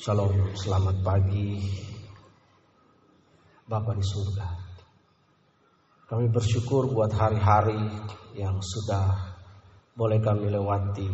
Shalom, selamat pagi Bapa di surga. Kami bersyukur buat hari-hari yang sudah boleh kami lewati,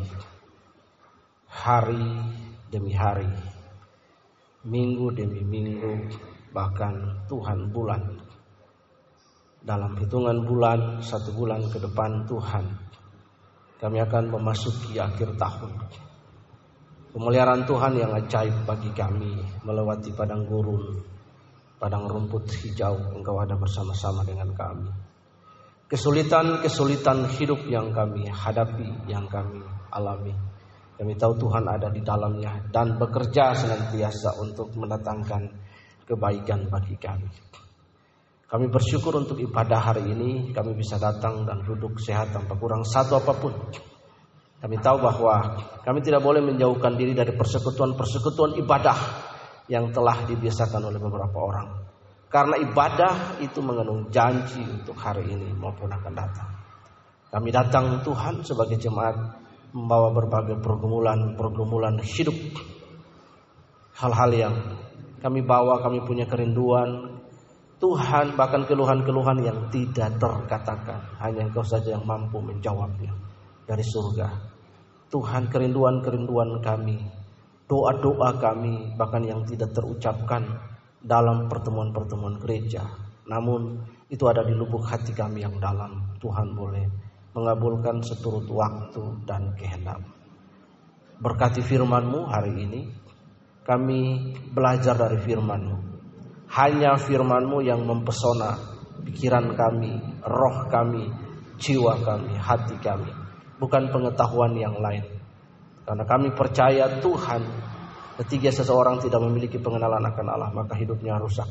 hari demi hari, minggu demi minggu, bahkan Tuhan bulan. Dalam hitungan bulan, 1 bulan ke depan Tuhan, kami akan memasuki akhir tahun. Pemeliharaan Tuhan yang ajaib bagi kami melewati padang gurun, padang rumput hijau. Engkau ada bersama-sama dengan kami. Kesulitan hidup yang kami hadapi, yang kami alami, kami tahu Tuhan ada di dalamnya dan bekerja senantiasa untuk mendatangkan kebaikan bagi kami. Kami bersyukur untuk ibadah hari ini, kami bisa datang dan duduk sehat tanpa kurang satu apapun. Kami tahu bahwa kami tidak boleh menjauhkan diri dari persekutuan ibadah yang telah dibiasakan oleh beberapa orang. Karena ibadah itu mengandung janji untuk hari ini maupun akan datang. Kami datang Tuhan sebagai jemaat membawa berbagai pergumulan hidup. Hal-hal yang kami bawa, kami punya kerinduan Tuhan, bahkan keluhan-keluhan yang tidak terkatakan. Hanya Engkau saja yang mampu menjawabnya dari surga. Tuhan, kerinduan kami, doa-doa kami, bahkan yang tidak terucapkan dalam pertemuan-pertemuan gereja, namun itu ada di lubuk hati kami yang dalam. Tuhan boleh mengabulkan seturut waktu dan kehendak. Berkati firman-Mu hari ini, kami belajar dari firman-Mu. Hanya firman-Mu yang mempesona pikiran kami, roh kami, jiwa kami, hati kami. Bukan pengetahuan yang lain. Karena kami percaya Tuhan, ketika seseorang tidak memiliki pengenalan akan Allah, maka hidupnya rusak.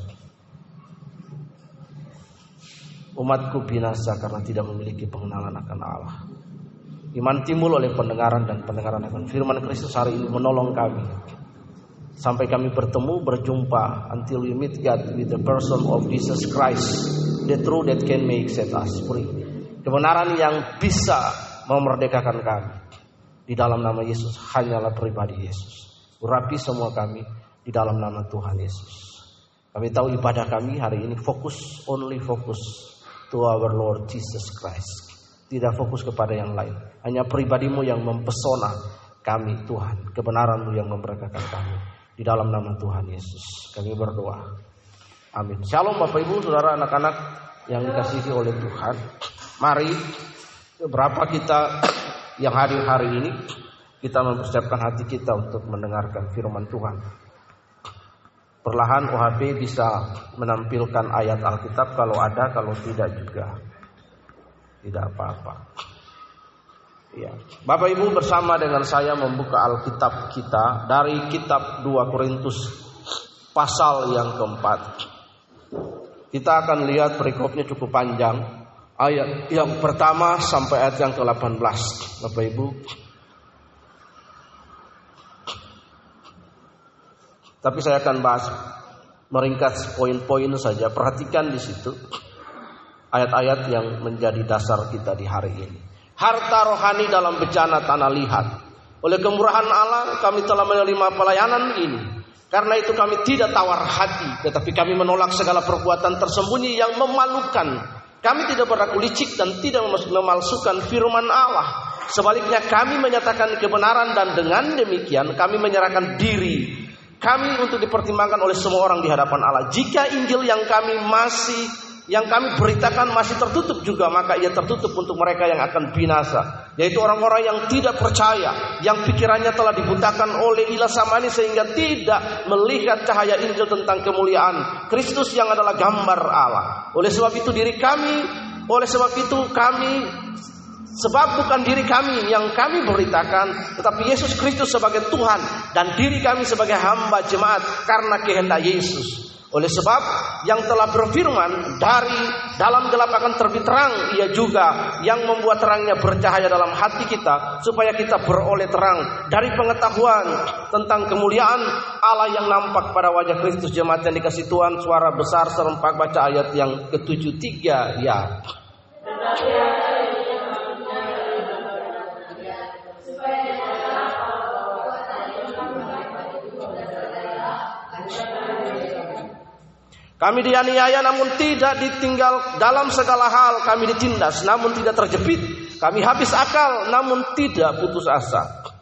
Umatku binasa karena tidak memiliki pengenalan akan Allah. Iman timbul oleh pendengaran, dan pendengaran akan firman Kristus hari ini menolong kami. Sampai kami berjumpa, until we meet God with the person of Jesus Christ, the truth that can make set us free. Kebenaran yang bisa memerdekakan kami. Di dalam nama Yesus, hanyalah pribadi Yesus. Urapi semua kami di dalam nama Tuhan Yesus. Kami tahu ibadah kami hari ini only fokus to our Lord Jesus Christ. Tidak fokus kepada yang lain. Hanya pribadi-Mu yang mempesona kami Tuhan. Kebenaran-Mu yang memerdekakan kami. Di dalam nama Tuhan Yesus kami berdoa. Amin. Shalom Bapak Ibu, Saudara, anak-anak yang dikasihi oleh Tuhan. Mari berapa kita yang hadir hari ini, kita mempersiapkan hati kita untuk mendengarkan firman Tuhan. Perlahan OHP bisa menampilkan ayat Alkitab kalau ada, kalau tidak juga tidak apa-apa. Ya. Bapak Ibu bersama dengan saya membuka Alkitab kita dari kitab 2 Korintus pasal yang keempat. Kita akan lihat perikopnya cukup panjang. Ayat yang pertama sampai ayat yang ke-18, Bapak Ibu. Tapi saya akan bahas meringkas poin-poin saja. Perhatikan di situ ayat-ayat yang menjadi dasar kita di hari ini. Harta rohani dalam bejana tanah liat. Oleh kemurahan Allah kami telah menerima pelayanan ini. Karena itu kami tidak tawar hati, tetapi kami menolak segala perbuatan tersembunyi yang memalukan. Kami tidak berlaku licik dan tidak memalsukan firman Allah. Sebaliknya kami menyatakan kebenaran, dan dengan demikian kami menyerahkan diri kami untuk dipertimbangkan oleh semua orang di hadapan Allah. Jika Injil yang kami beritakan masih tertutup juga, maka ia tertutup untuk mereka yang akan binasa, yaitu orang-orang yang tidak percaya, yang pikirannya telah dibutakan oleh ilah samani sehingga tidak melihat cahaya Injil tentang kemuliaan Kristus yang adalah gambar Allah. Oleh sebab itu sebab bukan diri kami yang kami beritakan, tetapi Yesus Kristus sebagai Tuhan, dan diri kami sebagai hamba jemaat karena kehendak Yesus. Oleh sebab yang telah berfirman, dari dalam gelap akan terbit terang, ia juga yang membuat terangnya bercahaya dalam hati kita, supaya kita beroleh terang dari pengetahuan tentang kemuliaan Allah yang nampak pada wajah Kristus. Jemaat yang dikasihi Tuhan, suara besar serempak baca ayat yang ke-73 ya. Kami dianiaya namun tidak ditinggal, dalam segala hal kami ditindas namun tidak terjepit. Kami habis akal namun tidak putus asa.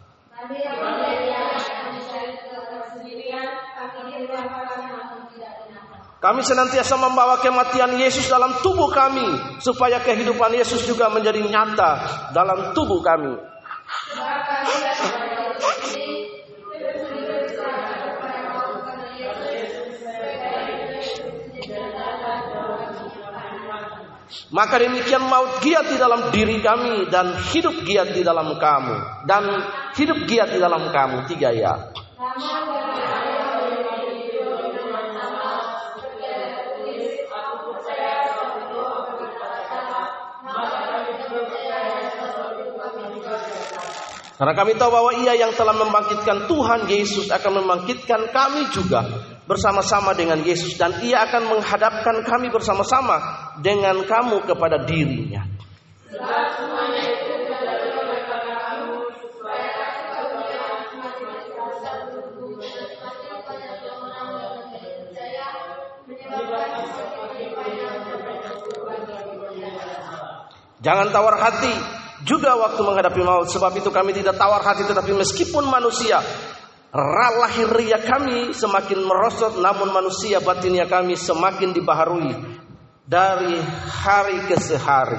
Kami senantiasa membawa kematian Yesus dalam tubuh kami, supaya kehidupan Yesus juga menjadi nyata dalam tubuh kami. Maka demikian maut giat di dalam diri kami dan hidup giat di dalam kamu. Dan hidup giat di dalam kamu. 3 ya. Karena kami tahu bahwa Ia yang telah membangkitkan Tuhan Yesus akan membangkitkan kami juga bersama-sama dengan Yesus, dan Ia akan menghadapkan kami bersama-sama dengan kamu kepada diri-Nya. Jangan tawar hati juga waktu menghadapi maut, sebab itu kami tidak tawar hati, tetapi meskipun manusia lahiriah kami semakin merosot, namun manusia batinnya kami semakin dibaharui dari hari ke hari.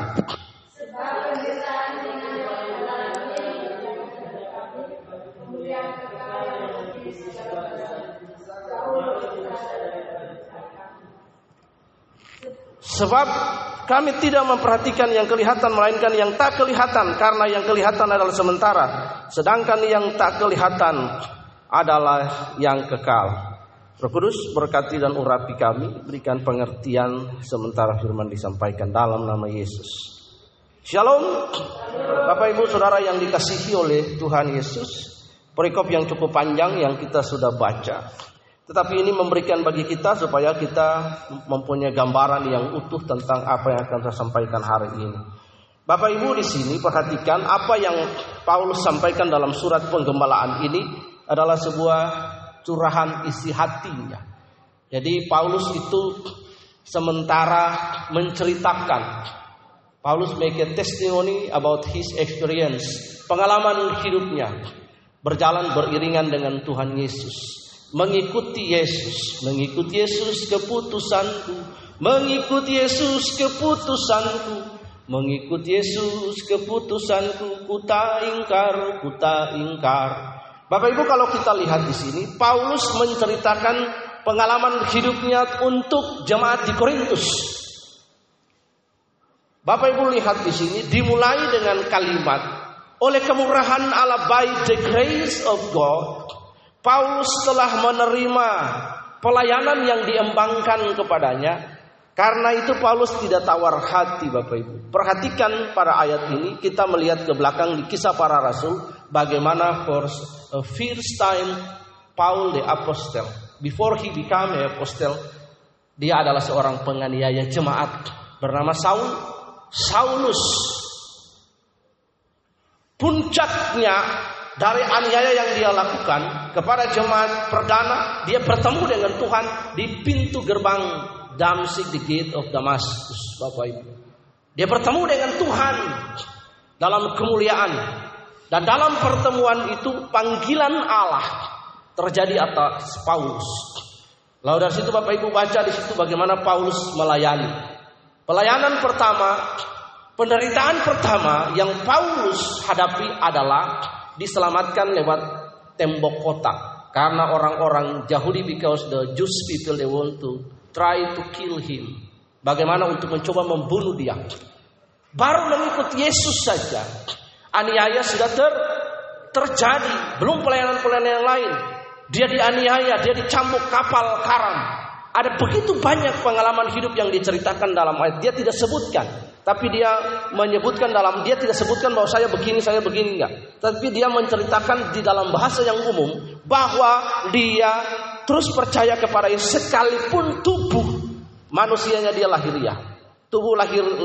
Sebab kami tidak memperhatikan yang kelihatan, melainkan yang tak kelihatan, karena yang kelihatan adalah sementara, sedangkan yang tak kelihatan adalah yang kekal. Roh Kudus berkati dan urapi kami, berikan pengertian sementara firman disampaikan dalam nama Yesus. Shalom. Bapak Ibu Saudara yang dikasihi oleh Tuhan Yesus, perikop yang cukup panjang yang kita sudah baca, tetapi ini memberikan bagi kita supaya kita mempunyai gambaran yang utuh tentang apa yang akan saya sampaikan hari ini. Bapak Ibu di sini perhatikan apa yang Paulus sampaikan dalam surat penggembalaan ini adalah sebuah curahan isi hatinya. Jadi Paulus itu sementara menceritakan, Paulus make a testimony about his experience, pengalaman hidupnya berjalan beriringan dengan Tuhan Yesus. Mengikuti Yesus, mengikuti Yesus keputusanku, mengikuti Yesus keputusanku, mengikuti Yesus keputusanku, ku tak ingkar, ku tak ingkar. Bapak Ibu, kalau kita lihat di sini, Paulus menceritakan pengalaman hidupnya untuk jemaat di Korintus. Bapak Ibu lihat di sini dimulai dengan kalimat, oleh kemurahan Allah, by the grace of God, Paulus telah menerima pelayanan yang diembangkan kepadanya. Karena itu Paulus tidak tawar hati, Bapak Ibu. Perhatikan pada ayat ini, kita melihat ke belakang di Kisah Para Rasul, bagaimana first time Paul the Apostle, before he became an apostle, dia adalah seorang penganiaya jemaat bernama Saulus. Puncaknya dari aniaya yang dia lakukan kepada jemaat perdana, dia bertemu dengan Tuhan di pintu gerbang Damsyik, the gate of Damascus, Bapak Ibu. Dia bertemu dengan Tuhan dalam kemuliaan, dan dalam pertemuan itu panggilan Allah terjadi atas Paulus. Lalu dari situ Bapak Ibu baca di situ bagaimana Paulus melayani. Pelayanan pertama, penderitaan pertama yang Paulus hadapi adalah diselamatkan lewat tembok kota, karena orang-orang Yahudi, because the Jewish people they want to try to kill him. Bagaimana untuk mencoba membunuh dia. Baru mengikut Yesus saja aniaya sudah terjadi, belum pelayanan-pelayanan yang lain. Dia dianiaya, dia dicambuk kapal karam. Ada begitu banyak pengalaman hidup yang diceritakan dalam ayat. Dia tidak sebutkan, tapi dia menyebutkan dia tidak sebutkan bahwa saya begini enggak. Tapi dia menceritakan di dalam bahasa yang umum bahwa dia terus percaya kepada Yesus sekalipun tubuh manusianya dia lahiriah. Tubuh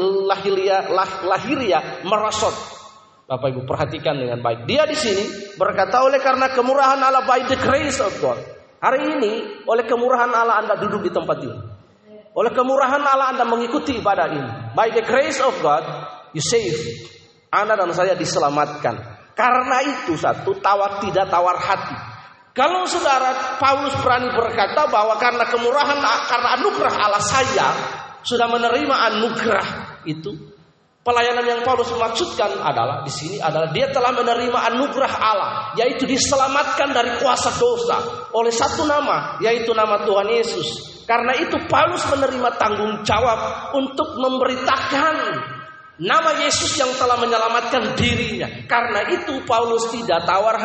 lahiriah merosot. Bapak Ibu perhatikan dengan baik. Dia di sini berkata, oleh karena kemurahan Allah, by the grace of God. Hari ini oleh kemurahan Allah Anda duduk di tempat ini. Oleh kemurahan Allah Anda mengikuti ibadah ini. By the grace of God, you save. Anda dan saya diselamatkan. Karena itu tidak tawar hati. Kalau saudara Paulus berani berkata bahwa karena kemurahan, karena anugerah Allah saya sudah menerima anugerah itu. Pelayanan yang Paulus maksudkan adalah di sini adalah dia telah menerima anugerah Allah, yaitu diselamatkan dari kuasa dosa oleh satu nama, yaitu nama Tuhan Yesus. Karena itu Paulus menerima tanggung jawab untuk memberitakan nama Yesus yang telah menyelamatkan dirinya. Karena itu Paulus tidak tawar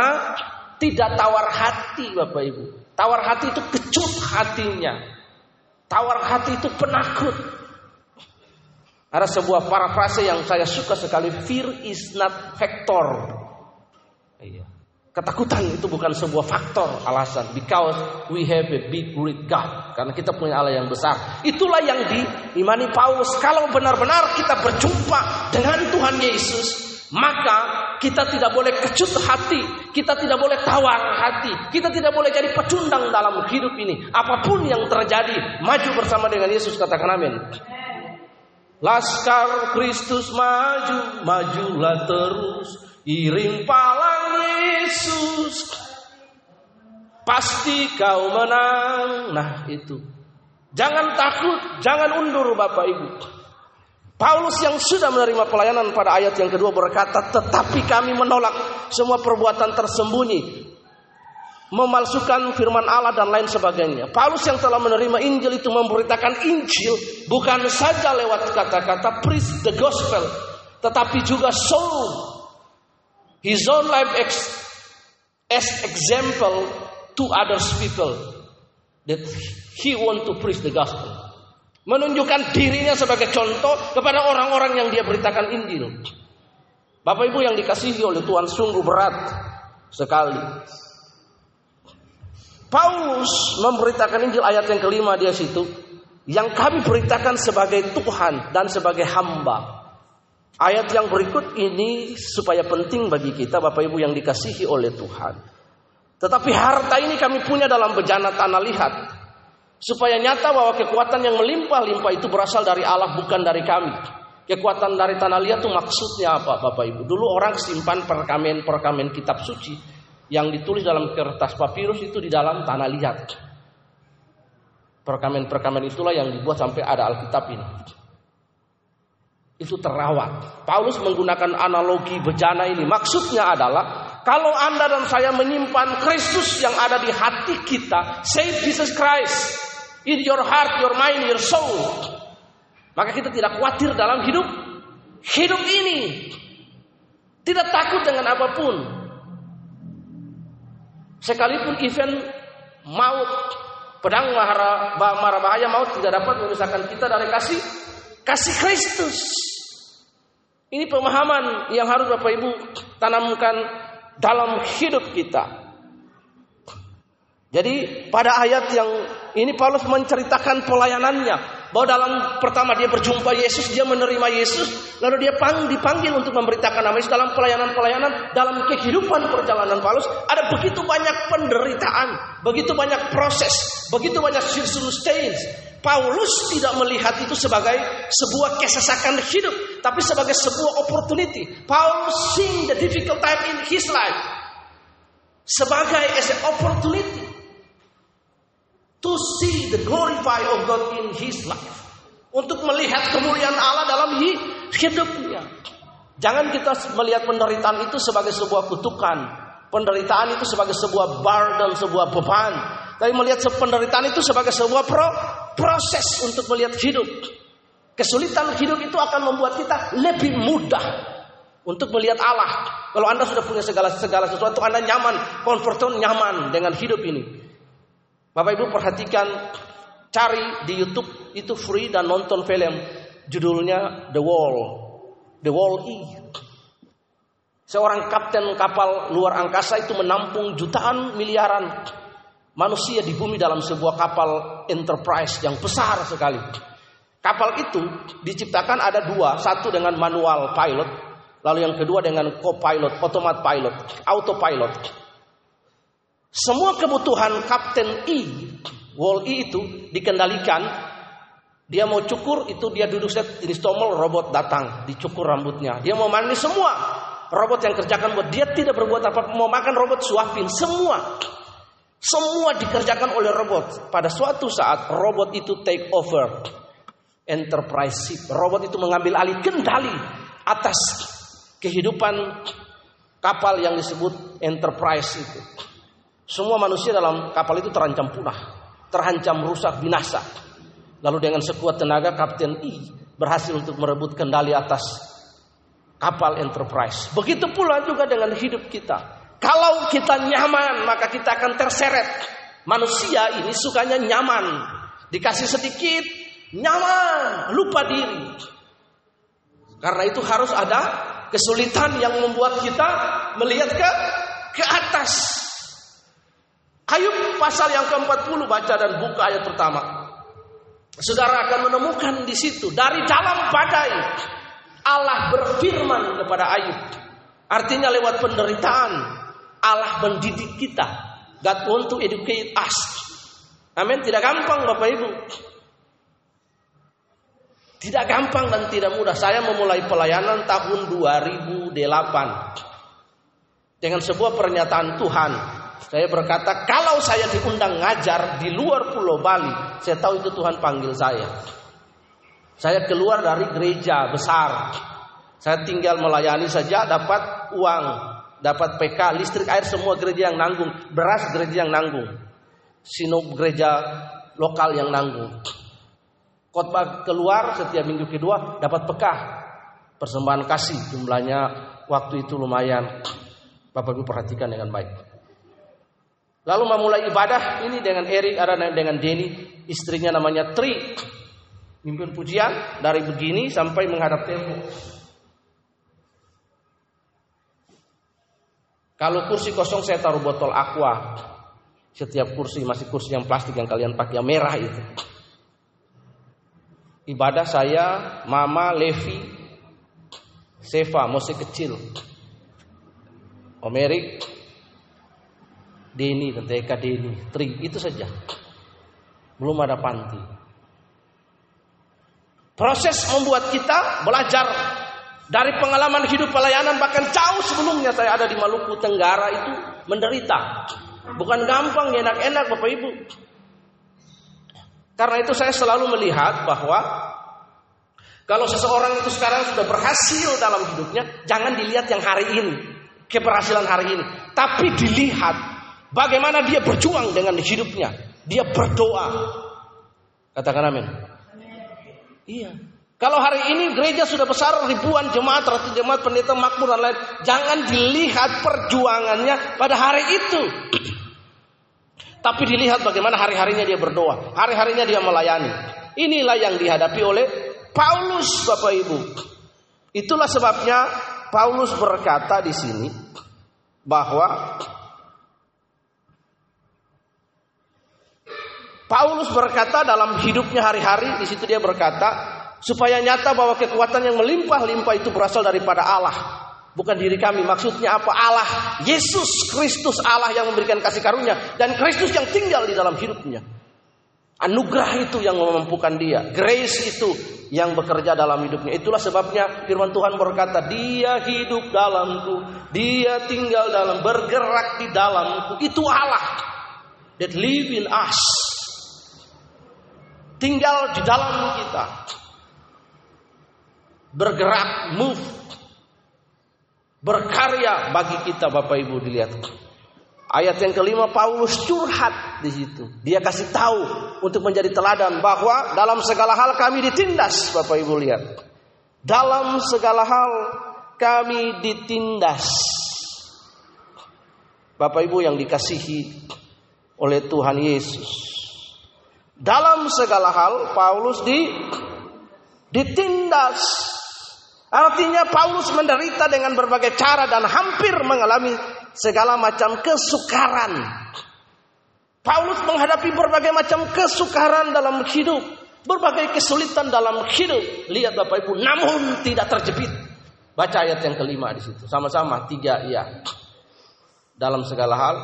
hati, Bapak Ibu. Tawar hati itu kecut hatinya. Tawar hati itu penakut. Ada sebuah parafrase yang saya suka sekali. Fear is not factor. Ketakutan itu bukan sebuah faktor alasan. Because we have a big great God. Karena kita punya Allah yang besar. Itulah yang diimani Paulus. Kalau benar-benar kita berjumpa dengan Tuhan Yesus, maka kita tidak boleh kecut hati. Kita tidak boleh tawar hati. Kita tidak boleh jadi pecundang dalam hidup ini. Apapun yang terjadi, maju bersama dengan Yesus. Katakan amin. Laskar Kristus maju, majulah terus, iring palang Yesus, pasti kau menang. Nah itu, jangan takut, jangan undur Bapak Ibu. Paulus yang sudah menerima pelayanan pada ayat yang kedua berkata, tetapi kami menolak semua perbuatan tersembunyi, memalsukan firman Allah dan lain sebagainya. Paulus yang telah menerima Injil itu memberitakan Injil bukan saja lewat kata-kata preach the gospel, tetapi juga show his own life as example to others people that he want to preach the gospel. Menunjukkan dirinya sebagai contoh kepada orang-orang yang dia beritakan Injil. Bapak Ibu yang dikasihi oleh Tuhan, sungguh berat sekali. Paulus memberitakan Injil ayat yang kelima dia situ, yang kami beritakan sebagai Tuhan dan sebagai hamba. Ayat yang berikut ini supaya penting bagi kita Bapak Ibu yang dikasihi oleh Tuhan. Tetapi harta ini kami punya dalam bejana tanah liat, supaya nyata bahwa kekuatan yang melimpah-limpah itu berasal dari Allah, bukan dari kami. Kekuatan dari tanah liat itu maksudnya apa Bapak Ibu? Dulu orang simpan perkamen kitab suci yang ditulis dalam kertas papirus itu di dalam tanah liat. Perkamen-perkamen itulah yang dibuat sampai ada Alkitab ini. Itu terawat. Paulus menggunakan analogi bejana ini. Maksudnya adalah kalau Anda dan saya menyimpan Kristus yang ada di hati kita, save Jesus Christ in your heart, your mind, your soul, maka kita tidak khawatir dalam hidup ini. Tidak takut dengan apapun. Sekalipun event maut, pedang mara bahaya maut tidak dapat memisahkan kita dari kasih Kristus. Ini pemahaman yang harus Bapak Ibu tanamkan dalam hidup kita. Jadi pada ayat yang ini Paulus menceritakan pelayanannya. Bahwa dalam pertama dia berjumpa Yesus, dia menerima Yesus, lalu dia dipanggil untuk memberitakan nama Yesus. Dalam pelayanan, dalam kehidupan perjalanan Paulus ada begitu banyak penderitaan, begitu banyak proses, begitu banyak circumstance. Paulus tidak melihat itu sebagai sebuah kesesakan hidup, tapi sebagai sebuah opportunity. Paulus see the difficult time in his life sebagai as an opportunity to see the glorify of God in his life. Untuk melihat kemuliaan Allah dalam hidupnya. Jangan kita melihat penderitaan itu sebagai sebuah kutukan. Penderitaan itu sebagai sebuah burden, sebuah beban. Tapi melihat penderitaan itu sebagai sebuah proses untuk melihat hidup. Kesulitan hidup itu akan membuat kita lebih mudah untuk melihat Allah. Kalau Anda sudah punya segala sesuatu, Anda nyaman, comfortable, nyaman dengan hidup ini. Bapak Ibu perhatikan, cari di YouTube itu free dan nonton film judulnya The Wall E. Seorang kapten kapal luar angkasa itu menampung jutaan miliaran manusia di bumi dalam sebuah kapal Enterprise yang besar sekali. Kapal itu diciptakan ada dua, satu dengan manual pilot, lalu yang kedua dengan co-pilot, autopilot. Semua kebutuhan Kapten E, Wall E itu dikendalikan Dia mau cukur, itu dia duduk set ini tomol, robot datang dicukur rambutnya. Dia mau mandi, semua robot yang kerjakan buat dia, tidak berbuat apa. Mau makan, robot suapin, semua dikerjakan oleh robot. Pada suatu saat robot itu take over enterprise ship. Robot itu mengambil alih kendali atas kehidupan kapal yang disebut Enterprise itu. Semua manusia dalam kapal itu terancam punah, terancam rusak, binasa. Lalu dengan sekuat tenaga Kapten E berhasil untuk merebut kendali atas kapal Enterprise. Begitu pula juga dengan hidup kita. Kalau kita nyaman, maka kita akan terseret. Manusia ini sukanya nyaman. Dikasih sedikit, nyaman, lupa diri. Karena itu harus ada kesulitan yang membuat kita melihat ke atas. Ayub pasal yang ke-40, baca dan buka ayat pertama. Saudara akan menemukan di situ, dari dalam badai Allah berfirman kepada Ayub. Artinya lewat penderitaan Allah mendidik kita. God want to educate us. Amin. Tidak gampang Bapak Ibu. Tidak gampang dan tidak mudah. Saya memulai pelayanan tahun 2008 dengan sebuah pernyataan Tuhan. Saya berkata, kalau saya diundang ngajar di luar Pulau Bali, saya tahu itu Tuhan panggil saya. Saya keluar dari gereja besar. Saya tinggal melayani saja, dapat uang, dapat PK, listrik, air, semua gereja yang nanggung. Beras gereja yang nanggung. Sinop gereja lokal yang nanggung. Khotbah keluar setiap minggu kedua dapat pekah. Persembahan kasih jumlahnya waktu itu lumayan. Bapak Ibu perhatikan dengan baik. Lalu memulai ibadah ini dengan Erik, ada dengan Denny, istrinya namanya Tri. Mimpin pujian dari begini sampai menghadap tembok. Kalau kursi kosong saya taruh botol aqua. Setiap kursi masih kursi yang plastik yang kalian pakai yang merah itu. Ibadah saya, Mama, Levi, Seva, masih kecil, Om Erik, Denny, Tante Eka, Denny, Tri, itu saja. Belum ada panti. Proses membuat kita belajar dari pengalaman hidup pelayanan, bahkan jauh sebelumnya saya ada di Maluku Tenggara itu menderita. Bukan gampang, enak-enak Bapak Ibu. Karena itu saya selalu melihat bahwa kalau seseorang itu sekarang sudah berhasil dalam hidupnya, jangan dilihat yang hari ini, keberhasilan hari ini, tapi dilihat bagaimana dia berjuang dengan hidupnya. Dia berdoa. Katakan amin. Iya. Kalau hari ini gereja sudah besar, ribuan jemaat, ratus jemaat, pendeta makmur dan lain, jangan dilihat perjuangannya pada hari itu. Tapi dilihat bagaimana hari-harinya dia berdoa, hari-harinya dia melayani. Inilah yang dihadapi oleh Paulus, Bapak Ibu. Itulah sebabnya Paulus berkata di sini bahwa Paulus berkata dalam hidupnya hari-hari, di situ dia berkata supaya nyata bahwa kekuatan yang melimpah-limpah itu berasal daripada Allah. Bukan diri kami. Maksudnya apa? Allah, Yesus Kristus, Allah yang memberikan kasih karunia, dan Kristus yang tinggal di dalam hidupnya. Anugerah itu yang memampukan dia. Grace itu yang bekerja dalam hidupnya. Itulah sebabnya firman Tuhan berkata, Dia hidup dalamku, Dia tinggal dalam, bergerak di dalamku. Itu Allah that live in us, tinggal di dalam kita, bergerak, move, berkarya bagi kita. Bapak Ibu dilihat ayat yang kelima, Paulus curhat di situ. Dia kasih tahu untuk menjadi teladan bahwa dalam segala hal kami ditindas. Bapak Ibu lihat, dalam segala hal kami ditindas. Bapak Ibu yang dikasihi oleh Tuhan Yesus, dalam segala hal Paulus ditindas. Artinya Paulus menderita dengan berbagai cara dan hampir mengalami segala macam kesukaran. Paulus menghadapi berbagai macam kesukaran dalam hidup, berbagai kesulitan dalam hidup. Lihat Bapak Ibu, namun tidak terjepit. Baca ayat yang kelima di situ. Sama-sama, 3 ya. Dalam segala hal.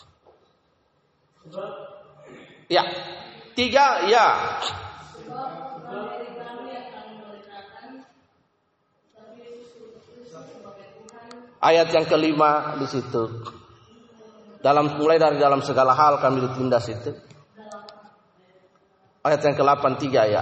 Ya. 3 ya. Ayat yang kelima di situ. Mulai dari dalam segala hal kami ditindas itu. Ayat yang ke-8 3 ya.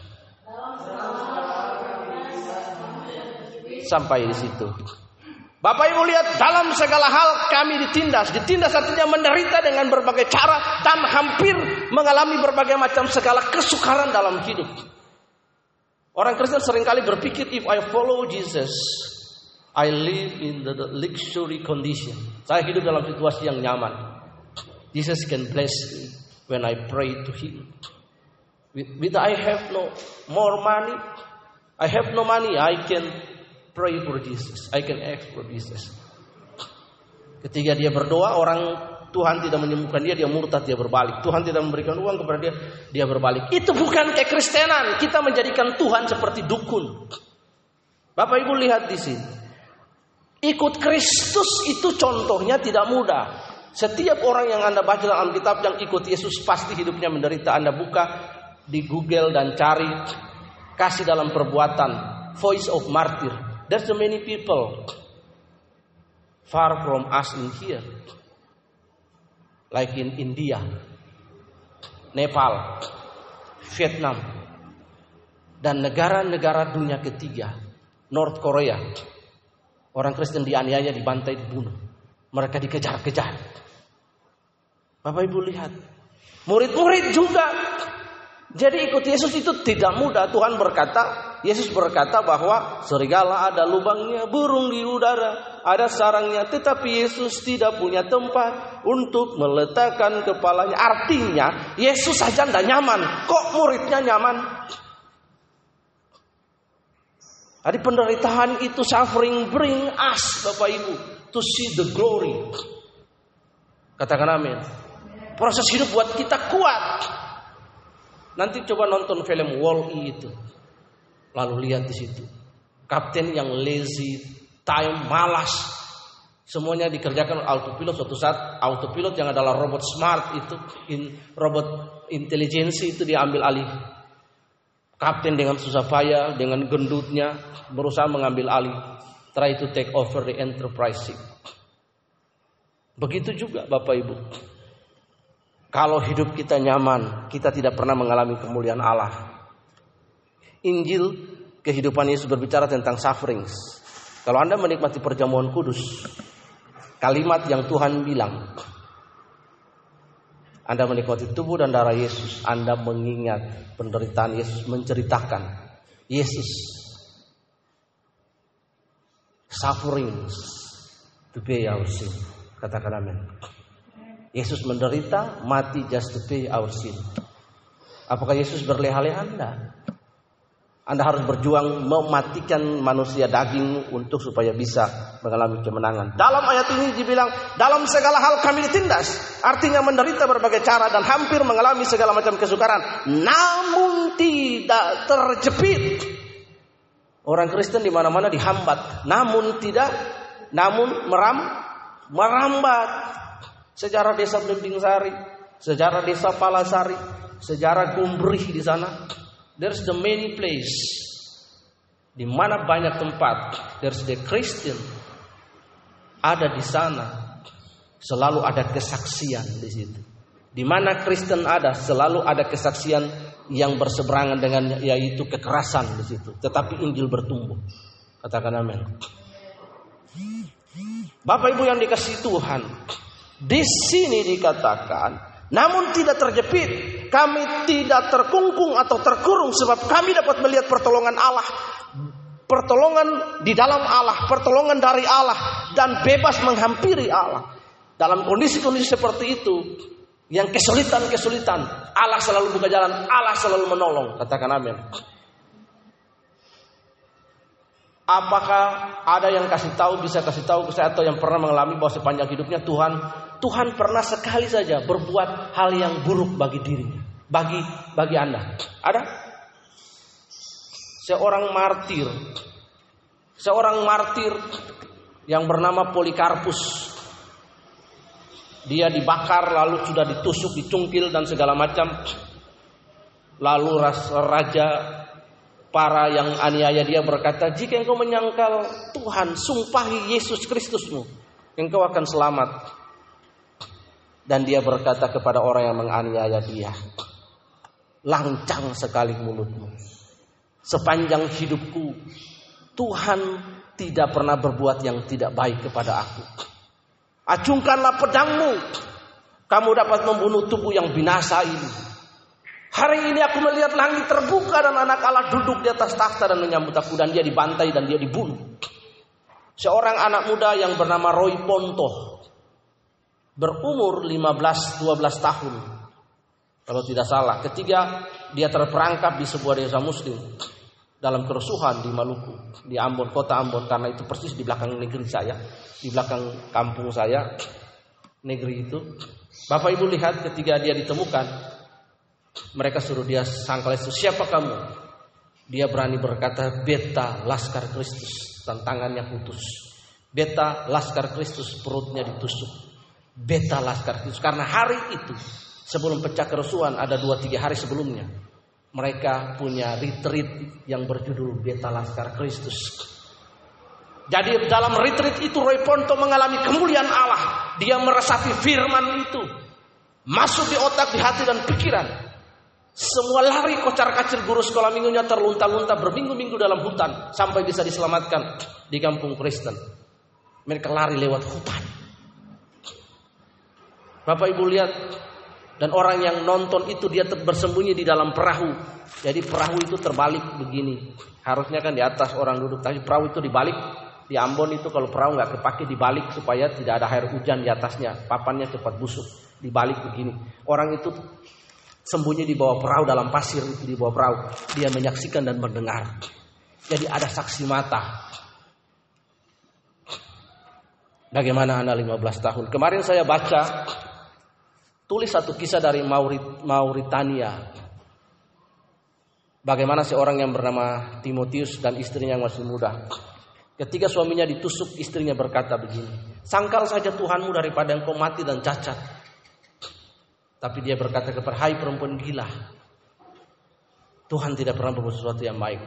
Sampai di situ. Bapak Ibu lihat, dalam segala hal kami ditindas. Ditindas artinya menderita dengan berbagai cara dan hampir mengalami berbagai macam segala kesukaran dalam hidup. Orang Kristen seringkali berpikir, if I follow Jesus, I live in the luxury condition. Saya hidup dalam situasi yang nyaman. Jesus can bless me when I pray to Him. With I have no more money, I have no money, I can pray for Jesus. I can ask for Jesus. Ketika dia berdoa, orang Tuhan tidak menyembuhkan dia murtad, dia berbalik. Tuhan tidak memberikan uang kepada dia berbalik. Itu bukan kekristenan. Kita menjadikan Tuhan seperti dukun. Bapak Ibu lihat di sini. Ikut Kristus itu contohnya tidak mudah. Setiap orang yang Anda baca dalam Alkitab yang ikut Yesus pasti hidupnya menderita. Anda buka di Google dan cari kasih dalam perbuatan, voice of martyr. There's so many people far from us in here, like in India, Nepal, Vietnam, dan negara-negara dunia ketiga, North Korea. Orang Kristen dianiaya, dibantai, dibunuh. Mereka dikejar-kejar. Bapak Ibu lihat, murid-murid juga. Jadi ikut Yesus itu tidak mudah. Yesus berkata bahwa serigala ada lubangnya, burung di udara ada sarangnya, tetapi Yesus tidak punya tempat untuk meletakkan kepalanya. Artinya Yesus saja tidak nyaman, kok muridnya nyaman? Jadi penderitaan itu, suffering bring us, Bapak Ibu, to see the glory. Katakan amin. Proses hidup buat kita kuat. Nanti coba nonton film Wall-E itu. Lalu lihat di situ. Kapten yang lazy, time, malas. Semuanya dikerjakan autopilot. Suatu saat autopilot yang adalah robot smart itu, robot intelijensi itu diambil alih. Kapten dengan susah payah, dengan gendutnya berusaha mengambil alih. Try to take over the enterprise ship. Begitu juga Bapak Ibu. Kalau hidup kita nyaman, kita tidak pernah mengalami kemuliaan Allah. Injil kehidupan Yesus berbicara tentang sufferings. Kalau Anda menikmati perjamuan kudus, kalimat yang Tuhan bilang, Anda menikmati tubuh dan darah Yesus, Anda mengingat penderitaan Yesus, menceritakan Yesus sufferings to pay our sin. Katakan amin. Yesus menderita, mati just to pay our sin. Apakah Yesus berleha-leha? Anda harus berjuang mematikan manusia daging untuk supaya bisa mengalami kemenangan. Dalam ayat ini dibilang, dalam segala hal kami ditindas. Artinya menderita berbagai cara dan hampir mengalami segala macam kesukaran. Namun tidak terjepit. Orang Kristen di mana-mana dihambat. Namun merambat. Sejarah desa Blimbing Sari, sejarah desa Palasari, sejarah Gumbrih di sana. There's the many place, di mana banyak tempat. There's the Christian ada di sana. Selalu ada kesaksian di situ. Di mana Kristen ada, selalu ada kesaksian yang berseberangan dengan yaitu kekerasan di situ. Tetapi Injil bertumbuh. Katakan amin. Bapak Ibu yang dikasihi Tuhan, di sini dikatakan, namun tidak terjepit, kami tidak terkungkung atau terkurung, sebab kami dapat melihat pertolongan Allah, pertolongan di dalam Allah, pertolongan dari Allah, dan bebas menghampiri Allah. Dalam kondisi-kondisi seperti itu, yang kesulitan-kesulitan, Allah selalu buka jalan, Allah selalu menolong. Katakan amin. Apakah ada yang bisa kasih tahu ke saya atau yang pernah mengalami bahwa sepanjang hidupnya Tuhan pernah sekali saja berbuat hal yang buruk bagi dirinya, bagi Anda? Ada? Seorang martir yang bernama Polikarpus. Dia dibakar, lalu sudah ditusuk, dicungkil dan segala macam. Lalu raja Para yang aniaya dia berkata, jika engkau menyangkal Tuhan, sumpahi Yesus Kristusmu, engkau akan selamat. Dan dia berkata kepada orang yang menganiaya dia, lancang sekali mulutmu. Sepanjang hidupku, Tuhan tidak pernah berbuat yang tidak baik kepada aku. Acungkanlah pedangmu, kamu dapat membunuh tubuh yang binasa ini. Hari ini aku melihat langit terbuka dan anak Allah duduk di atas takhta dan menyambut aku, dan dia dibantai dan dia dibunuh. Seorang anak muda yang bernama Roy Ponto, berumur 15-12 tahun kalau tidak salah, ketika dia terperangkap di sebuah desa muslim dalam kerusuhan di Maluku, di Ambon, kota Ambon, karena itu persis di belakang negeri saya, di belakang kampung saya, negeri itu. Bapak Ibu lihat ketika dia ditemukan, mereka suruh dia sangkal itu, siapa kamu? Dia berani berkata, beta Laskar Kristus, dan tangannya putus. Beta Laskar Kristus, perutnya ditusuk. Beta Laskar Kristus. Karena hari itu, sebelum pecah kerusuhan, ada 2-3 hari sebelumnya, mereka punya retreat yang berjudul Beta Laskar Kristus. Jadi dalam retreat itu Roy Ponto mengalami kemuliaan Allah. Dia meresapi firman itu, masuk di otak, di hati dan pikiran. Semua lari kocar-kacir, guru sekolah minggunya terlunta-lunta berminggu-minggu dalam hutan sampai bisa diselamatkan di kampung Kristen. Mereka lari lewat hutan. Bapak Ibu lihat, dan orang yang nonton itu dia bersembunyi di dalam perahu. Jadi perahu itu terbalik begini. Harusnya kan di atas orang duduk, tapi perahu itu dibalik. Di Ambon itu kalau perahu nggak kepake dibalik supaya tidak ada air hujan di atasnya, papannya cepat busuk. Dibalik begini. Orang itu sembunyi di bawah perahu, dalam pasir itu di bawah perahu. Dia menyaksikan dan mendengar. Jadi ada saksi mata. Bagaimana anak 15 tahun. Kemarin saya baca, tulis satu kisah dari Mauritania. Bagaimana seorang yang bernama Timotius dan istrinya yang masih muda. Ketika suaminya ditusuk, istrinya berkata begini, sangkal saja Tuhanmu daripada engkau mati dan cacat. Tapi dia berkata kepada, hai perempuan gila, Tuhan tidak pernah berbuat sesuatu yang baik.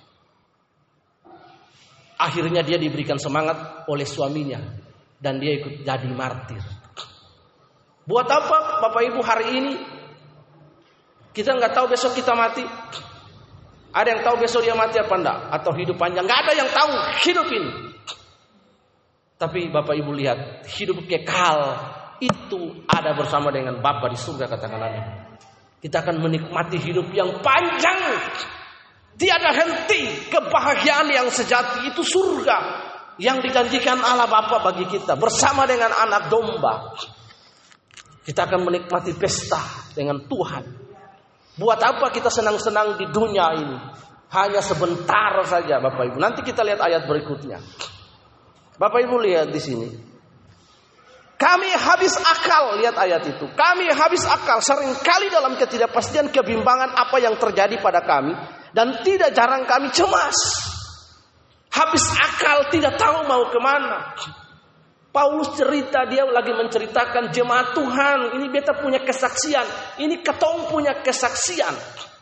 Akhirnya dia diberikan semangat oleh suaminya, dan dia ikut jadi martir. Buat apa Bapak Ibu hari ini? Kita nggak tahu besok kita mati. Ada yang tahu besok dia mati apa enggak? Atau hidup panjang? Nggak ada yang tahu hidup ini. Tapi Bapak Ibu lihat, hidup kekal itu ada bersama dengan Bapa di surga, katakan amin. Kita akan menikmati hidup yang panjang, tiada henti. Kebahagiaan yang sejati itu surga yang dijanjikan Allah Bapa bagi kita bersama dengan anak domba. Kita akan menikmati pesta dengan Tuhan. Buat apa kita senang-senang di dunia ini? Hanya sebentar saja Bapak Ibu. Nanti kita lihat ayat berikutnya. Bapak Ibu lihat di sini. Kami habis akal, lihat ayat itu. Kami habis akal seringkali dalam ketidakpastian, kebimbangan apa yang terjadi pada kami. Dan tidak jarang kami cemas. Habis akal, tidak tahu mau kemana. Paulus cerita, dia lagi menceritakan jemaat Tuhan. Ini beta punya kesaksian. Ini ketong punya kesaksian.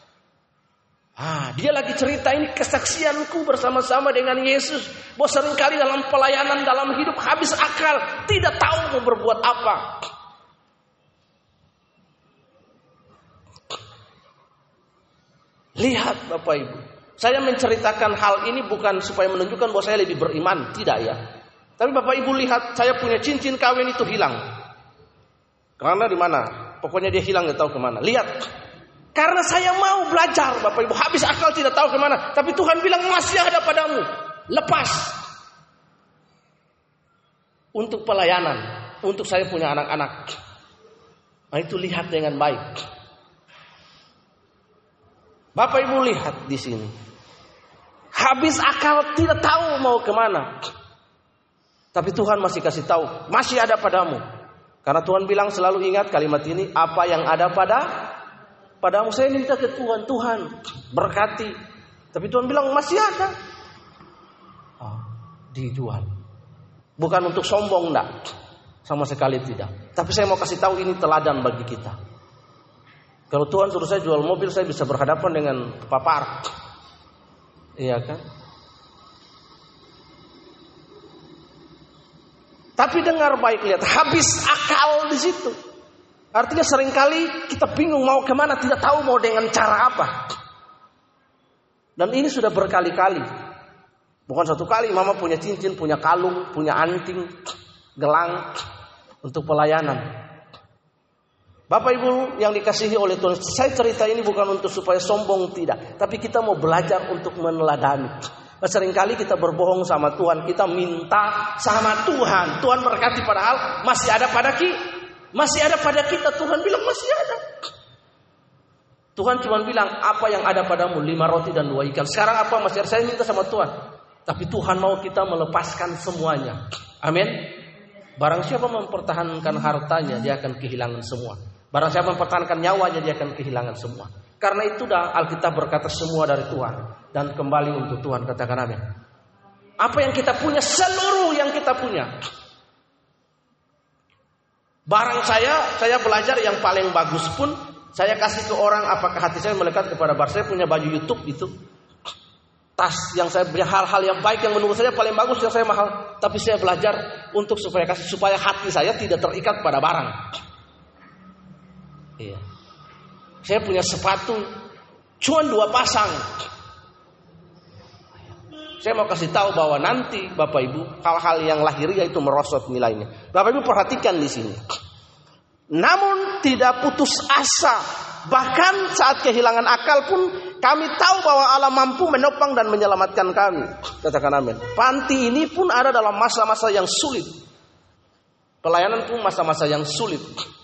Dia lagi cerita, ini kesaksianku bersama-sama dengan Yesus. Bahwa seringkali dalam pelayanan, dalam hidup habis akal, tidak tahu mau berbuat apa. Lihat Bapak Ibu, saya menceritakan hal ini bukan supaya menunjukkan bahwa saya lebih beriman, tidak ya. Tapi Bapak Ibu lihat, saya punya cincin kawin itu hilang. Karena di mana? Pokoknya dia hilang, nggak tahu kemana. Lihat. Karena saya mau belajar Bapak Ibu, habis akal tidak tahu kemana. Tapi Tuhan bilang masih ada padamu. Lepas. Untuk pelayanan. Untuk saya punya anak-anak. Nah itu lihat dengan baik. Bapak Ibu lihat di sini. Habis akal tidak tahu mau kemana. Tapi Tuhan masih kasih tahu. Masih ada padamu. Karena Tuhan bilang selalu ingat kalimat ini. Apa yang ada padamu, saya minta ke Tuhan, Tuhan berkati. Tapi Tuhan bilang masih ada. Dijual. Bukan untuk sombong, enggak. Sama sekali tidak. Tapi saya mau kasih tahu ini teladan bagi kita. Kalau Tuhan suruh saya jual mobil, saya bisa berhadapan dengan papar. Iya kan? Tapi dengar baik, lihat, habis akal di situ. Artinya seringkali kita bingung mau kemana, tidak tahu mau dengan cara apa. Dan ini sudah berkali-kali. Bukan satu kali, mama punya cincin, punya kalung, punya anting, gelang untuk pelayanan. Bapak Ibu yang dikasihi oleh Tuhan, saya cerita ini bukan untuk supaya sombong, tidak. Tapi kita mau belajar untuk meneladani. Seringkali kita berbohong sama Tuhan, kita minta sama Tuhan. Tuhan berkati padahal masih ada pada kita. Masih ada pada kita. Tuhan bilang masih ada. Tuhan cuma bilang apa yang ada padamu, 5 roti dan 2 ikan. Sekarang apa masih ada? Saya minta sama Tuhan. Tapi Tuhan mau kita melepaskan semuanya. Amin. Barang siapa mempertahankan hartanya, dia akan kehilangan semua. Barang siapa mempertahankan nyawanya, dia akan kehilangan semua. Karena itu dah Alkitab berkata semua dari Tuhan dan kembali untuk Tuhan. Katakan amin. Apa yang kita punya, seluruh yang kita punya. Barang saya belajar yang paling bagus pun saya kasih ke orang, apakah hati saya melekat kepada bar. Saya punya baju YouTube itu, tas yang saya punya, hal-hal yang baik yang menurut saya paling bagus, yang saya mahal. Tapi saya belajar untuk supaya hati saya tidak terikat pada barang. Iya. Saya punya sepatu cuma 2 pasang. Saya mau kasih tahu bahwa nanti Bapak Ibu, hal-hal yang lahiriah itu merosot nilainya. Bapak Ibu perhatikan di sini. Namun tidak putus asa. Bahkan saat kehilangan akal pun kami tahu bahwa Allah mampu menopang dan menyelamatkan kami. Katakan amin. Panti ini pun ada dalam masa-masa yang sulit. Pelayanan pun masa-masa yang sulit.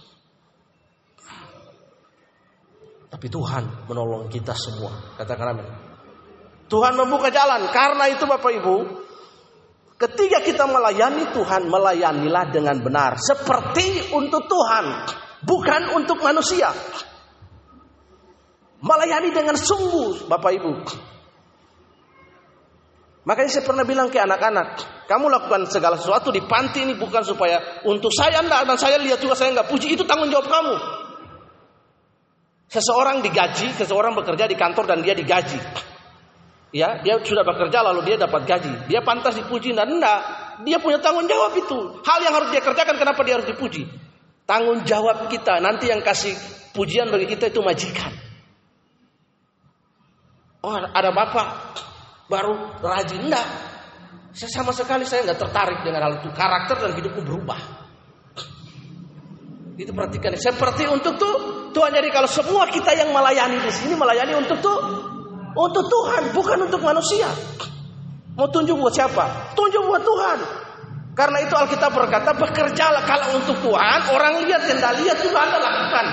Tapi Tuhan menolong kita semua. Katakan amin. Tuhan membuka jalan. Karena itu Bapak Ibu, ketika kita melayani Tuhan, melayanilah dengan benar. Seperti untuk Tuhan, bukan untuk manusia. Melayani dengan sungguh Bapak Ibu. Makanya saya pernah bilang ke anak-anak, kamu lakukan segala sesuatu di panti ini bukan supaya untuk saya enggak, dan saya lihat juga saya enggak puji, itu tanggung jawab kamu. Seseorang digaji, seseorang bekerja di kantor dan dia digaji. Ya, dia sudah bekerja lalu dia dapat gaji. Dia pantas dipuji dan enggak. Dia punya tanggung jawab itu. Hal yang harus dia kerjakan, kenapa dia harus dipuji? Tanggung jawab kita. Nanti yang kasih pujian bagi kita itu majikan. Oh, ada bapak baru rajin, enggak. Saya sama sekali enggak tertarik dengan hal itu. Karakter dan hidupku berubah. Itu perhatikan. Seperti untuk Tuhan. Jadi kalau semua kita yang melayani di sini melayani untuk Tuhan, bukan untuk manusia. Mau tunjuk buat siapa? Tunjuk buat Tuhan. Karena itu Alkitab berkata, bekerjalah kalau untuk Tuhan. Orang lihat dan tak lihat juga Anda lakukan.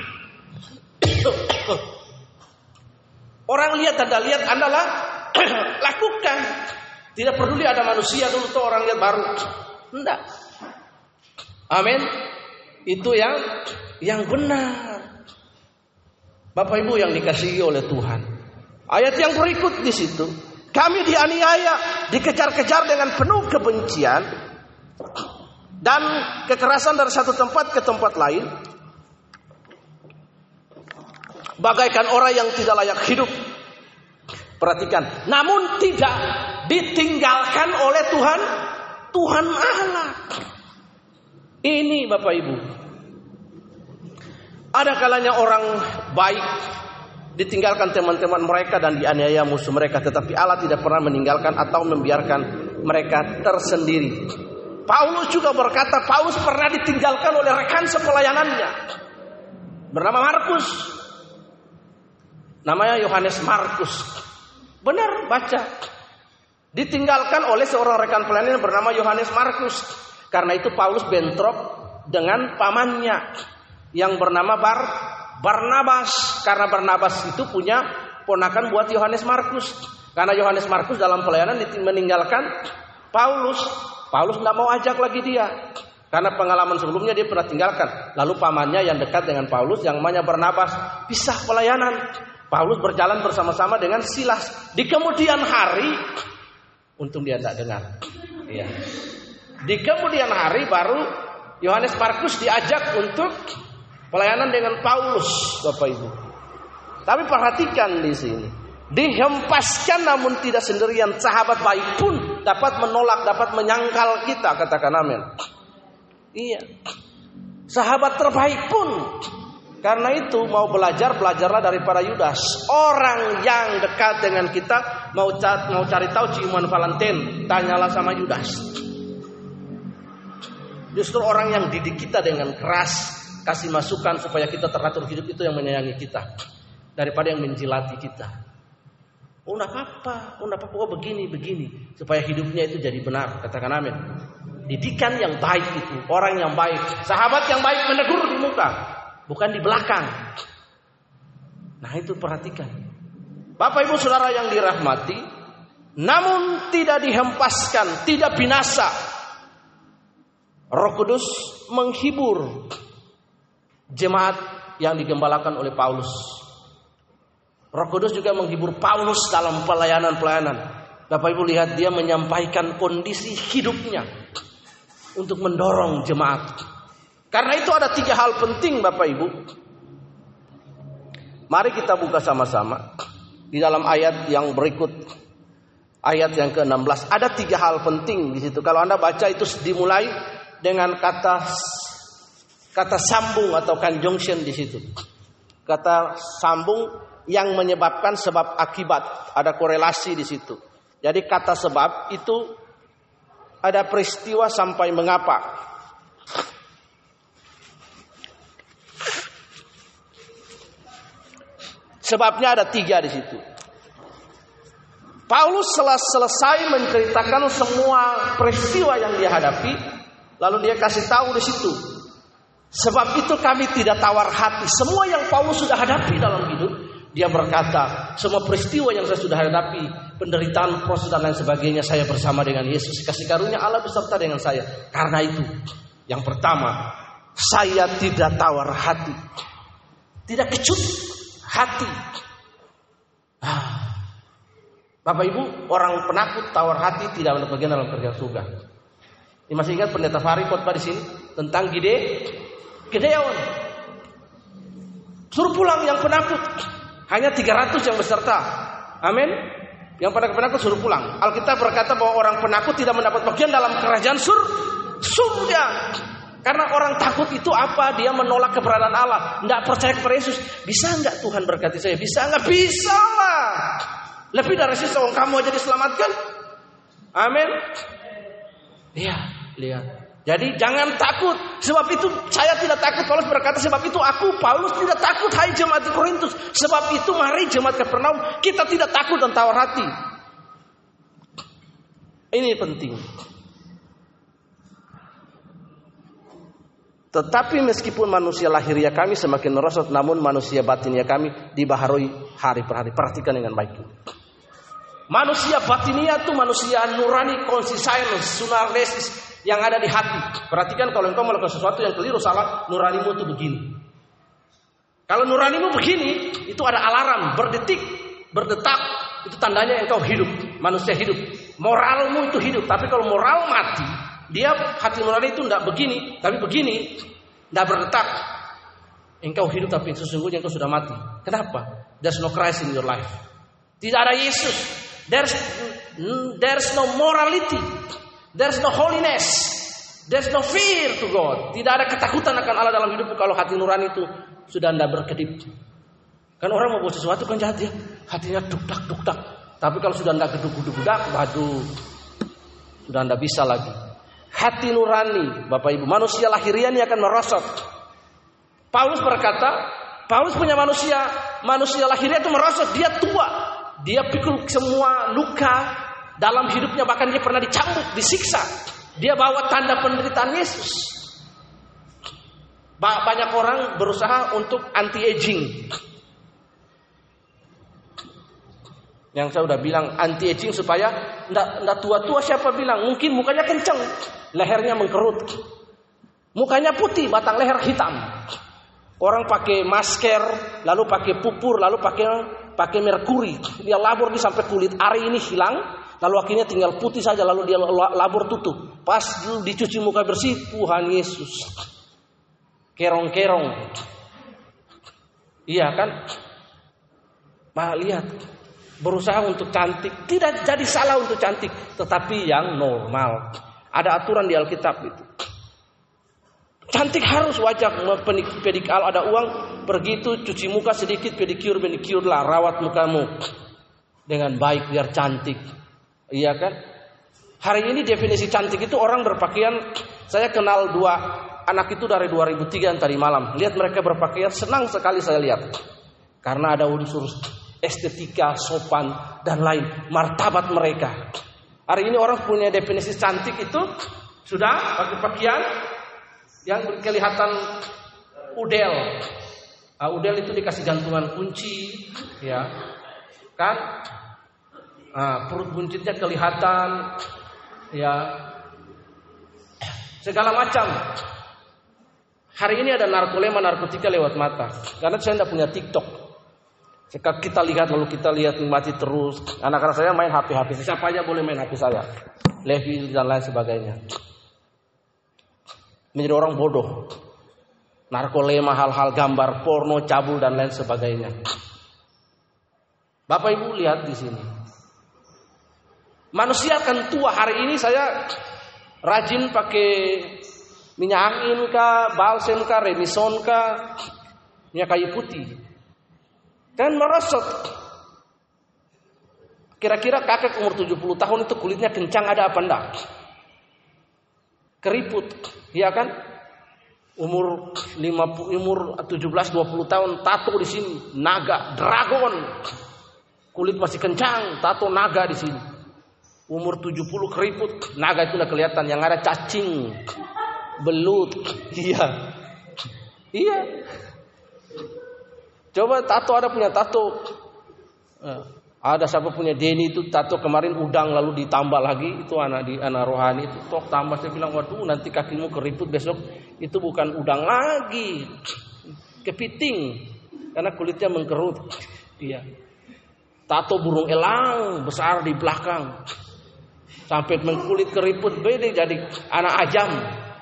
Orang lihat dan tak lihat Anda lakukan. Tidak peduli ada manusia dulu tuh orang lihat baru. Enggak. Amin. Itu yang benar. Bapak Ibu yang dikasihi oleh Tuhan. Ayat yang berikut di situ, kami dianiaya, dikejar-kejar dengan penuh kebencian dan kekerasan dari satu tempat ke tempat lain, bagaikan orang yang tidak layak hidup. Perhatikan, namun tidak ditinggalkan oleh Tuhan Allah. Ini Bapak Ibu, ada kalanya orang baik ditinggalkan teman-teman mereka dan dianiaya musuh mereka, tetapi Allah tidak pernah meninggalkan atau membiarkan mereka tersendiri. Paulus juga berkata, Paulus pernah ditinggalkan oleh rekan sepelayanannya bernama Markus. Namanya Yohanes Markus. Benar, baca. Ditinggalkan oleh seorang rekan pelayanan bernama Yohanes Markus. Karena itu Paulus bentrok dengan pamannya yang bernama Barnabas. Karena Barnabas itu punya ponakan buat Yohanes Markus. Karena Yohanes Markus dalam pelayanan meninggalkan Paulus. Paulus tidak mau ajak lagi dia. Karena pengalaman sebelumnya dia pernah tinggalkan. Lalu pamannya yang dekat dengan Paulus yang namanya Barnabas pisah pelayanan. Paulus berjalan bersama-sama dengan Silas. Di kemudian hari, untung dia tidak dengar. Ya. Di kemudian hari baru Yohanes Markus diajak untuk pelayanan dengan Paulus, Bapak Ibu. Tapi perhatikan di sini. Dihempaskan namun tidak sendirian. Sahabat baik pun dapat menolak, dapat menyangkal kita. Katakan amin. Iya. Sahabat terbaik pun. Karena itu mau belajar, belajarlah daripada Yudas. Orang yang dekat dengan kita mau cari tahu ciuman Valentine, tanyalah sama Yudas. Justru orang yang didik kita dengan keras, kasih masukan supaya kita teratur hidup, itu yang menyayangi kita daripada yang menjilati kita. Oh enggak apa-apa, oh begini, supaya hidupnya itu jadi benar. Katakan amin. Didikan yang baik itu, orang yang baik, sahabat yang baik menegur di muka, bukan di belakang. Nah itu perhatikan. Bapak ibu saudara yang dirahmati, namun tidak dihempaskan, tidak binasa. Roh Kudus menghibur jemaat yang digembalakan oleh Paulus. Roh Kudus juga menghibur Paulus dalam pelayanan-pelayanan. Bapak ibu lihat, dia menyampaikan kondisi hidupnya untuk mendorong jemaat. Karena itu ada 3 hal penting Bapak ibu. Mari kita buka sama-sama di dalam ayat yang berikut, ayat yang ke-16. Ada 3 hal penting di situ. Kalau Anda baca itu dimulai dengan kata sambung atau conjunction di situ. Kata sambung yang menyebabkan sebab akibat, ada korelasi di situ. Jadi kata sebab itu ada peristiwa sampai mengapa. Sebabnya ada 3 di situ. Paulus selesai menceritakan semua peristiwa yang dia hadapi, lalu dia kasih tahu di situ. Sebab itu kami tidak tawar hati. Semua yang Paulus sudah hadapi dalam hidup, dia berkata, semua peristiwa yang saya sudah hadapi, penderitaan, proses dan lain sebagainya, saya bersama dengan Yesus. Kasih karunia Allah beserta dengan saya. Karena itu, yang pertama, saya tidak tawar hati, tidak kecut hati. Bapak ibu, orang penakut tawar hati tidak ada bagian dalam kerjaan surga. Ini masih ingat pendeta Fahri khotbah di sini tentang Gideon. Suruh pulang yang penakut. Hanya 300 yang beserta. Amin. Yang pada penakut suruh pulang. Alkitab berkata bahwa orang penakut tidak mendapat bagian dalam kerajaan surga. Karena orang takut itu apa? Dia menolak keberadaan Allah, tidak percaya kepada Yesus. Bisa enggak Tuhan berkati saya? Bisa enggak? Bisa lah. Lebih dari seorang kamu aja diselamatkan. Amin. Iya, lihat. Jadi jangan takut. Sebab itu saya tidak takut. Paulus berkata, sebab itu aku Paulus tidak takut, hai jemaat di Korintus. Sebab itu mari jemaat Kapernaum, kita tidak takut dan tawar hati. Ini penting. Tetapi meskipun manusia lahiriah kami semakin merosot, namun manusia batinnya kami dibaharui hari per hari. Perhatikan dengan baik. Manusia batiniah itu manusia nurani, conscience, sunarnesis yang ada di hati. Perhatikan kalau engkau melakukan sesuatu yang keliru, salah, nuranimu itu begini. Kalau nuranimu begini, itu ada alarm, berdetak, itu tandanya engkau hidup, manusia hidup. Moralmu itu hidup, tapi kalau moral mati, dia hati nurani itu tidak begini, tapi begini, tidak berdetak. Engkau hidup tapi sesungguhnya engkau sudah mati. Kenapa? There's no Christ in your life. Tidak ada Yesus. There's no morality. There's no holiness. There's no fear to God. Tidak ada ketakutan akan Allah dalam hidupmu kalau hati nurani itu sudah tidak berkedip. Kan orang mau buat sesuatu kan jahat ya, hatinya duk-dak. Tapi kalau sudah tidak geduk-geduk, waduh, sudah tidak bisa lagi. Hati nurani, Bapak Ibu, manusia lahiriah ini akan merosot. Paulus berkata, Paulus punya manusia lahiriah itu merosot, dia tua. Dia pikul semua luka dalam hidupnya, bahkan dia pernah dicambuk, disiksa. Dia bawa tanda penderitaan Yesus. Banyak orang berusaha untuk anti-aging. Yang saya udah bilang anti-aging supaya enggak tua-tua, siapa bilang? Mungkin mukanya kenceng, lehernya mengkerut. Mukanya putih, batang leher hitam. Orang pakai masker, lalu pakai pupur, lalu pakai merkuri. Dia labur di sampai kulit ari ini hilang, lalu akhirnya tinggal putih saja, lalu dia labur tutup. Pas dicuci muka bersih, Tuhan Yesus. Kerong-kerong. Iya kan? Lihat. berusaha untuk cantik. Tidak jadi salah untuk cantik, tetapi yang normal. Ada aturan di Alkitab itu. Cantik harus wajah pedikal, ada uang pergi itu cuci muka sedikit, pedicure lah, rawat mukamu dengan baik biar cantik. Iya kan? Hari ini definisi cantik itu orang berpakaian. Saya kenal 2 anak itu dari 2003 tadi malam. Lihat mereka berpakaian, senang sekali saya lihat. Karena ada unsur estetika, sopan dan lain, martabat mereka. Hari ini orang punya definisi cantik itu sudah pakai pakaian yang kelihatan udel. Udel itu dikasih gantungan kunci, ya kan? Perut buncitnya kelihatan, ya, segala macam. Hari ini ada narkotika lewat mata. Karena saya tidak punya TikTok. Kita lihat lalu kita lihat mati terus. Anak-anak saya main HP. Siapa aja boleh main HP saya. Levi dan lain sebagainya. Menjadi orang bodoh. Narkolema, hal-hal gambar porno, cabul dan lain sebagainya. Bapak Ibu lihat di sini. Manusia akan tua. Hari ini saya rajin pakai minyak angin kah, balsem kah, remison kah, minyak kayu putih. Dan merosot. Kira-kira kakek umur 70 tahun itu kulitnya kencang ada apa enggak? Keriput, ya kan? Umur 17-20 tahun tato di sini, naga, dragon. Kulit masih kencang, tato naga di sini. Umur 70 keriput, naga itu udah kelihatan, yang ada cacing, belut. Iya. Coba tato, ada punya tato. Ada siapa punya Denny itu tato kemarin udang lalu ditambah lagi, itu anak rohani itu tok tambah. Saya bilang, waduh nanti kakimu keriput besok, itu bukan udang lagi, kepiting karena kulitnya mengkerut. Iya. Tato burung elang besar di belakang sampai mengkulit keriput, beda jadi anak ajam.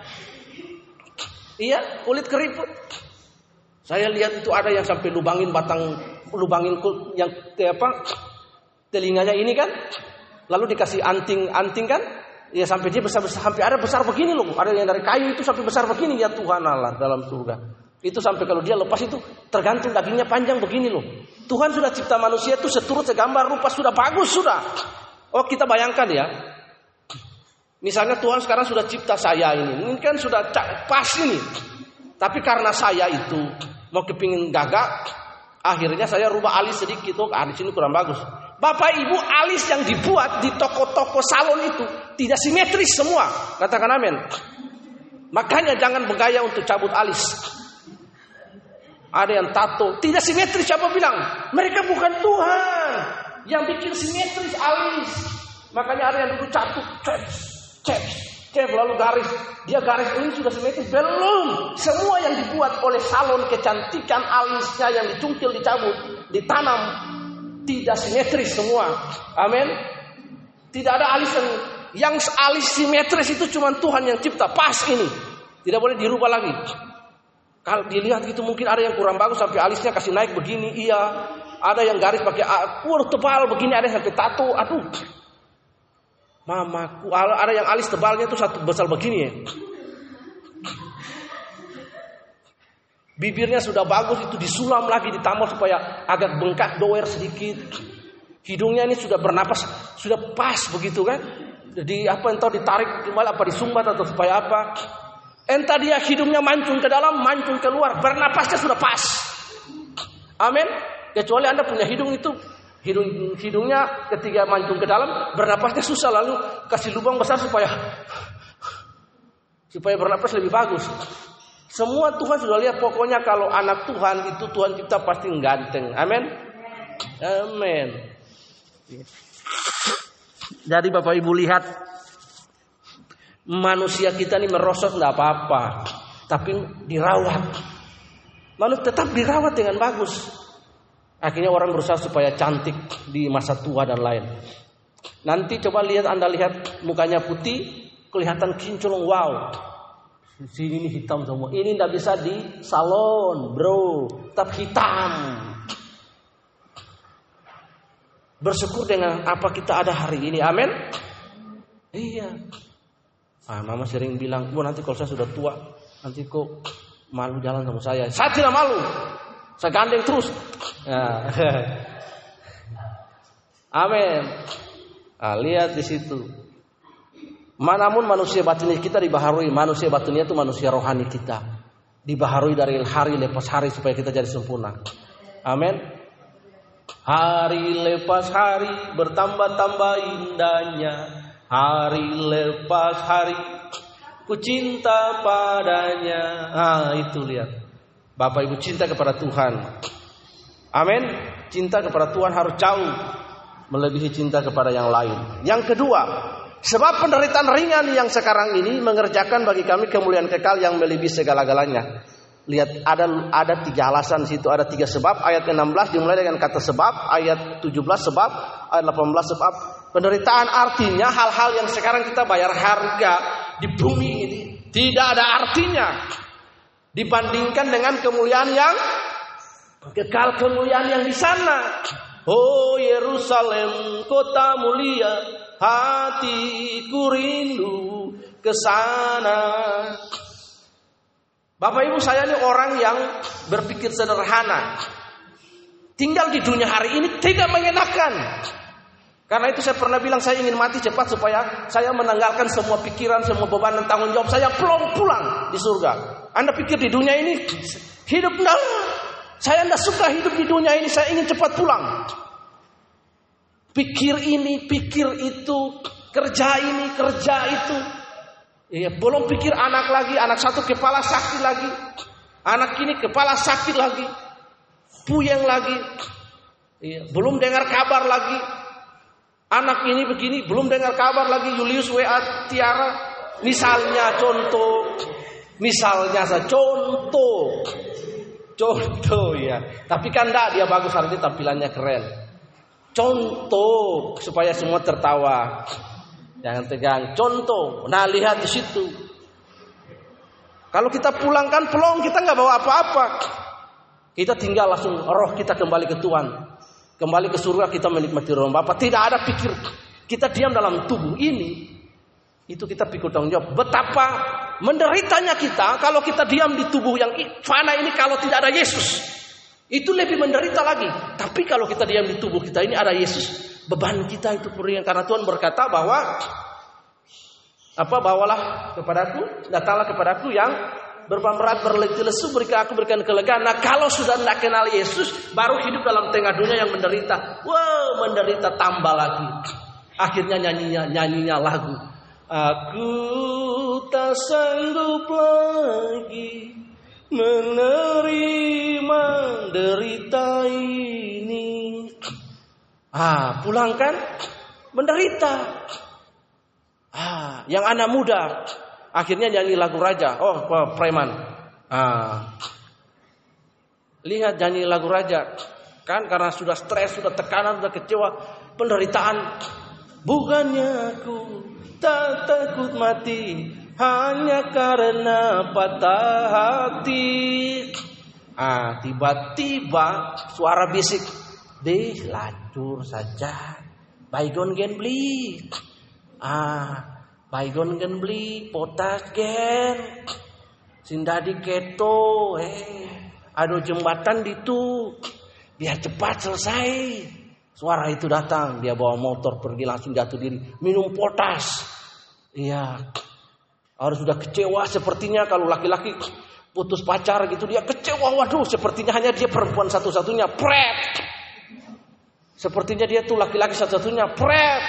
Iya, kulit keriput. Saya lihat itu ada yang sampai lubangin yang telinganya ini kan, lalu dikasih anting kan, ya sampai dia besar sampai ada besar begini loh. Ada yang dari kayu itu sampai besar begini, ya Tuhan Allah dalam surga. Itu sampai kalau dia lepas itu tergantung dagingnya panjang begini loh. Tuhan sudah cipta manusia itu seturut segambar rupa, sudah bagus sudah. Oh kita bayangkan ya. Misalnya Tuhan sekarang sudah cipta saya ini kan sudah pas ini. Tapi karena saya itu mau kepingin gagak, akhirnya saya rubah alis sedikit. Oh alis ini kurang bagus. Bapak Ibu, alis yang dibuat di toko-toko salon itu tidak simetris semua. Katakan amin. Makanya jangan bergaya untuk cabut alis. Ada yang tato tidak simetris, siapa bilang? Mereka bukan Tuhan yang bikin simetris alis. Makanya ada yang dulu cabut cep lalu garis. Dia garis ini sudah simetris. Belum. Semua yang dibuat oleh salon kecantikan alisnya yang dicungkil, dicabut, ditanam tidak simetris semua. Amin. Tidak ada alis yang alis simetris itu cuma Tuhan yang cipta. Pas ini. Tidak boleh dirubah lagi. Kalau dilihat gitu mungkin ada yang kurang bagus sampai alisnya kasih naik begini. Iya. Ada yang garis pakai tebal begini, ada yang sampai tato. Aduh. Mamaku, ada yang alis tebalnya itu satu besar begini ya. Bibirnya sudah bagus itu disulam lagi, ditambal supaya agak bengkak, doer sedikit. Hidungnya ini sudah bernapas, sudah pas begitu kan. Jadi entah ditarik kembali apa disumbat atau supaya apa. Entah dia hidungnya mancung ke dalam, mancung keluar, bernapasnya sudah pas. Amin. Kecuali Anda punya hidung itu hidungnya ketika mancung ke dalam bernapasnya susah, lalu kasih lubang besar supaya bernapas lebih bagus. Semua Tuhan sudah lihat. Pokoknya kalau anak Tuhan itu Tuhan cipta pasti ganteng. Amin. Amin. Jadi Bapak Ibu lihat, manusia kita ini merosot enggak apa-apa, tapi dirawat. Manusia tetap dirawat dengan bagus. Akhirnya orang berusaha supaya cantik di masa tua dan lain. Nanti coba Anda lihat mukanya putih, kelihatan kinclong, wow. Sini ini hitam semua. Ini tidak bisa di salon, bro. Tetap hitam. Bersyukur dengan apa kita ada hari ini. Amin. Iya. Mama sering bilang, "Bu, nanti kalau saya sudah tua, nanti kok malu jalan sama saya." Saya tidak malu. Saya gandeng terus. Nah. Amin. Lihat di situ. Manapun manusia batinnya kita dibaharui, manusia batinnya itu manusia rohani kita. Dibaharui dari hari lepas hari supaya kita jadi sempurna. Amin. Hari lepas hari bertambah-tambah indahnya. Hari lepas hari ku cinta padanya. Itu lihat. Bapak Ibu cinta kepada Tuhan. Amin. Cinta kepada Tuhan harus jauh melebihi cinta kepada yang lain. Yang kedua, sebab penderitaan ringan yang sekarang ini mengerjakan bagi kami kemuliaan kekal yang melebihi segala-galanya. Lihat, ada 3 alasan di situ, ada 3 sebab. Ayat 16 dimulai dengan kata sebab, ayat 17 sebab, ayat 18 sebab. Penderitaan artinya hal-hal yang sekarang kita bayar harga di bumi ini tidak ada artinya dibandingkan dengan kemuliaan yang kekal, kemuliaan yang di sana. Oh Yerusalem, kota mulia, hatiku rindu ke sana. Bapak Ibu, saya ini orang yang berpikir sederhana. Tinggal di dunia hari ini tidak mengenakan. Karena itu saya pernah bilang saya ingin mati cepat supaya saya menanggalkan semua pikiran, semua beban dan tanggung jawab saya pulang di surga. Anda pikir di dunia ini hidup enggak? Saya tidak suka hidup di dunia ini, saya ingin cepat pulang. Pikir ini, pikir itu, kerja ini, kerja itu. Ya, belum pikir anak lagi, anak satu kepala sakit lagi. Anak ini kepala sakit lagi. Puyeng lagi. Ya, belum dengar kabar lagi. Anak ini begini, belum dengar kabar lagi. Julius WA Tiara. Misalnya contoh. Misalnya saya contoh ya. Tapi kan enggak, dia bagus hari ini tampilannya keren. Contoh supaya semua tertawa. Jangan tegang. Contoh. Nah, lihat di situ. Kalau kita pulangkan pelong, kita nggak bawa apa-apa. Kita tinggal langsung roh kita kembali ke Tuhan. Kembali ke surga, kita menikmati roh Bapa. Tidak ada pikir. Kita diam dalam tubuh ini. Itu kita pikir tanggung jawab. Betapa menderitanya kita kalau kita diam di tubuh yang fana ini kalau tidak ada Yesus. Itu lebih menderita lagi. Tapi kalau kita diam di tubuh kita ini ada Yesus, beban kita itu ringan. Karena Tuhan berkata bahwa bawalah kepadaku, datanglah kepadaku yang beban berat, berletih lesu, berikan kelegaan. Nah, kalau sudah tidak kenal Yesus, baru hidup dalam tengah dunia yang menderita. Wow, menderita tambah lagi. Akhirnya nyanyinya lagu. Aku tak sanggup lagi menerima derita ini. Pulang kan menderita. Yang anak muda akhirnya nyanyi lagu raja. Preman. Lihat nyanyi lagu raja. Kan karena sudah stres, sudah tekanan, sudah kecewa, penderitaan. Bukannya aku tak takut mati, hanya karena patah hati. Tiba-tiba suara bisik, lacur saja, baygon gen beli. Baygon gen beli, potas gen. Sindadi keto, aduh jembatan ditu, biar cepat selesai. Suara itu datang, dia bawa motor pergi langsung jatuh diri, minum potas. Iya. Harus sudah kecewa sepertinya kalau laki-laki putus pacar gitu, dia kecewa. Waduh, sepertinya hanya dia perempuan satu-satunya. Pret. Sepertinya dia tuh laki-laki satu-satunya. Pret.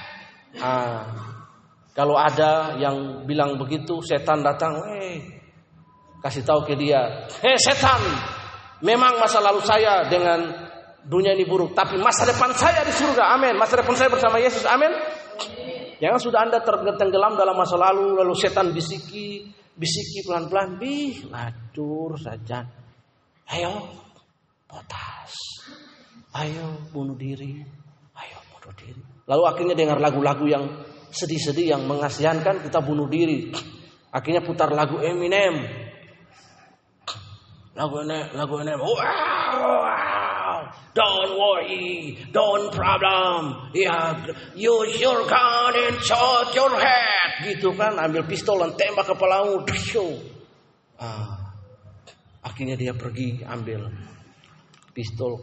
Kalau ada yang bilang begitu, setan datang, kasih tahu ke dia, setan, memang masa lalu saya dengan dunia ini buruk, tapi masa depan saya di surga. Amin. Masa depan saya bersama Yesus. Amin. Jangan sudah Anda tertenggelam dalam masa lalu setan bisiki pelan-pelan, lacur saja. Ayo potas. Ayo bunuh diri. Lalu akhirnya dengar lagu-lagu yang sedih-sedih yang mengasihankan, kita bunuh diri. Akhirnya putar lagu Eminem. Lagu ini, wow, don't worry, don't problem, yeah, use your gun and shot your head, gitu kan, ambil pistol dan tembak kepalamu, akhirnya dia pergi ambil pistol,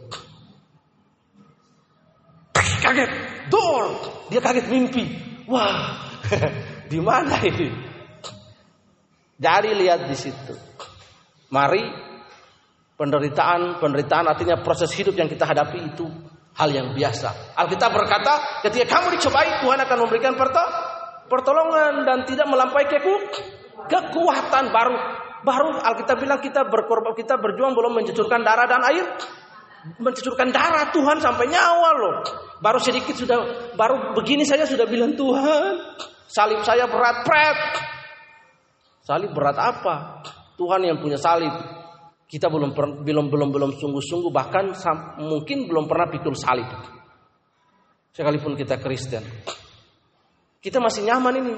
kaget, dia kaget mimpi, wah, di mana ini? Jadi lihat di situ, mari. Penderitaan artinya proses hidup yang kita hadapi itu hal yang biasa. Alkitab berkata, ketika kamu dicobai, Tuhan akan memberikan pertolongan dan tidak melampaui kekuatan. Baru Alkitab bilang kita berjuang belum mencucurkan darah dan air. Mencucurkan darah Tuhan sampai nyawa loh. Baru sedikit baru begini saja sudah bilang, Tuhan, salib saya berat, Salib berat apa? Tuhan yang punya salib. Kita belum sungguh-sungguh, bahkan mungkin belum pernah pikul salib. Sekalipun kita Kristen, kita masih nyaman ini.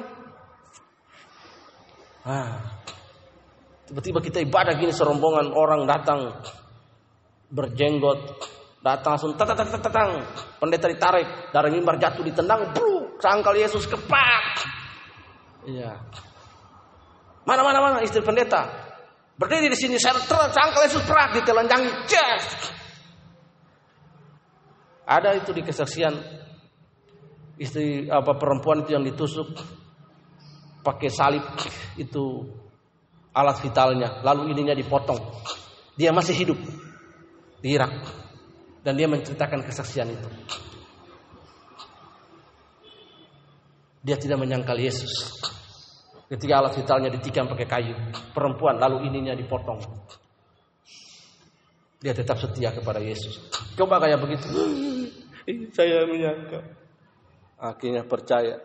Tiba-tiba kita ibadah gini, serombongan orang datang berjenggot, datang langsung tatang, pendeta ditarik, darah mimbar jatuh, ditendang, sangkal Yesus kepak. Iya. Mana istri pendeta? Berdiri di sini, saya sangkal Yesus perak, ditelanjangi, Ada itu di kesaksian istri perempuan itu yang ditusuk pakai salib, itu alat vitalnya, lalu ininya dipotong. Dia masih hidup di Irak dan dia menceritakan kesaksian itu. Dia tidak menyangkal Yesus. Ketika alat vitalnya ditikam pakai kayu, perempuan, lalu ininya dipotong. Dia tetap setia kepada Yesus. Coba kayak begitu. Saya menyangka. Akhirnya percaya.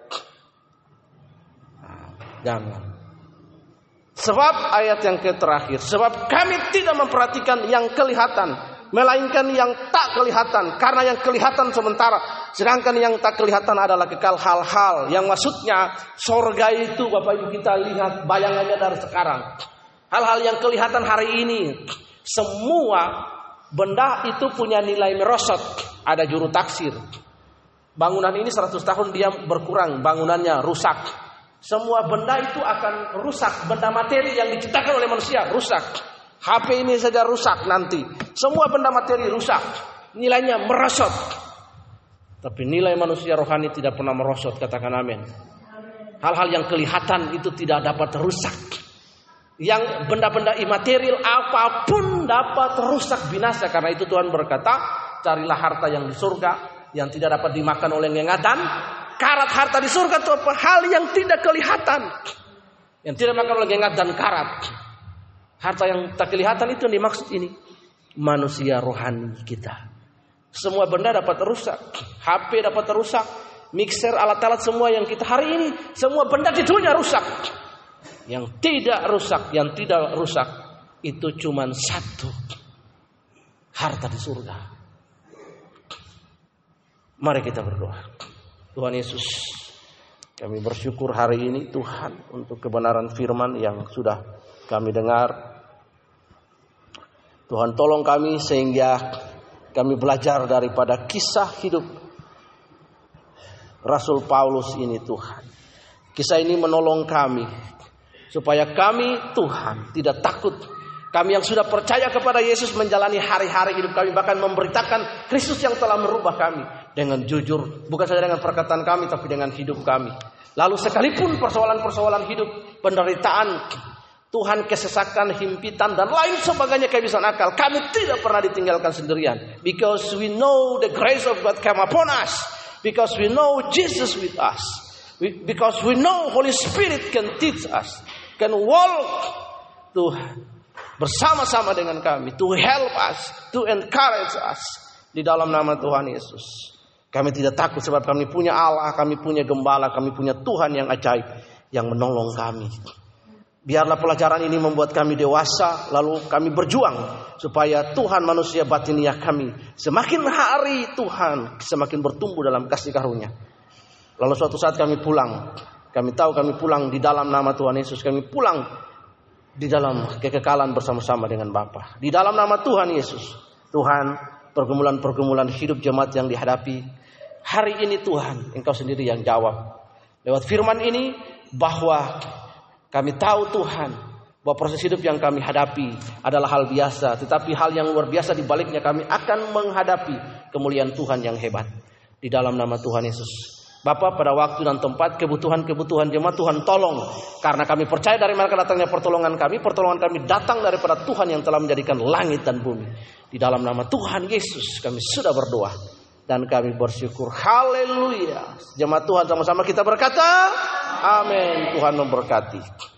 Jangan. Sebab ayat yang terakhir. Sebab kami tidak memperhatikan yang kelihatan, melainkan yang tak kelihatan. Karena yang kelihatan sementara, sedangkan yang tak kelihatan adalah kekal. Hal-hal yang maksudnya sorga itu, Bapak Ibu, kita lihat bayangannya dari sekarang. Hal-hal yang kelihatan hari ini, semua benda itu punya nilai merosot. Ada juru taksir. Bangunan ini 100 tahun dia berkurang, bangunannya rusak. Semua benda itu akan rusak. Benda materi yang diciptakan oleh manusia rusak. HP ini saja rusak nanti. Semua benda materi rusak. Nilainya merosot. Tapi nilai manusia rohani tidak pernah merosot. Katakan amin. Hal-hal yang kelihatan itu tidak dapat rusak. Yang benda-benda imaterial apapun dapat rusak, binasa. Karena itu Tuhan berkata, carilah harta yang di surga, yang tidak dapat dimakan oleh ngengat dan karat. Harta di surga itu apa? Hal yang tidak kelihatan, yang tidak dimakan oleh ngengat dan karat. Harta yang tak kelihatan itu yang dimaksud ini. Manusia rohani kita. Semua benda dapat rusak. HP dapat rusak. Mixer, alat-alat semua yang kita hari ini. Semua benda di dunia rusak. Yang tidak rusak itu cuma satu. Harta di surga. Mari kita berdoa. Tuhan Yesus, kami bersyukur hari ini Tuhan untuk kebenaran firman yang sudah kami dengar. Tuhan tolong kami sehingga kami belajar daripada kisah hidup Rasul Paulus ini Tuhan. Kisah ini menolong kami supaya kami Tuhan tidak takut. Kami yang sudah percaya kepada Yesus menjalani hari-hari hidup kami, bahkan memberitakan Kristus yang telah merubah kami dengan jujur, bukan saja dengan perkataan kami tapi dengan hidup kami. Lalu sekalipun persoalan-persoalan hidup, penderitaan, Tuhan, kesesakan, himpitan dan lain sebagainya kehabisan akal, kami tidak pernah ditinggalkan sendirian. Because we know the grace of God came upon us. Because we know Jesus with us. Because we know Holy Spirit can teach us, can walk Tuhan bersama-sama dengan kami, to help us, to encourage us di dalam nama Tuhan Yesus. Kami tidak takut sebab kami punya Allah, kami punya gembala, kami punya Tuhan yang ajaib yang menolong kami. Biarlah pelajaran ini membuat kami dewasa, lalu kami berjuang supaya Tuhan manusia batiniah kami semakin hari Tuhan semakin bertumbuh dalam kasih karunia. Lalu suatu saat kami pulang, kami tahu kami pulang di dalam nama Tuhan Yesus, kami pulang di dalam kekekalan bersama-sama dengan Bapa. Di dalam nama Tuhan Yesus. Tuhan, pergumulan-pergumulan hidup jemaat yang dihadapi hari ini Tuhan, Engkau sendiri yang jawab. Lewat firman ini bahwa kami tahu Tuhan bahwa proses hidup yang kami hadapi adalah hal biasa, tetapi hal yang luar biasa di baliknya kami akan menghadapi kemuliaan Tuhan yang hebat. Di dalam nama Tuhan Yesus. Bapa, pada waktu dan tempat kebutuhan-kebutuhan jemaat Tuhan tolong. Karena kami percaya dari mana datangnya pertolongan kami datang daripada Tuhan yang telah menjadikan langit dan bumi. Di dalam nama Tuhan Yesus kami sudah berdoa dan kami bersyukur. Haleluya. Jemaat Tuhan sama-sama kita berkata, amin. Tuhan memberkati.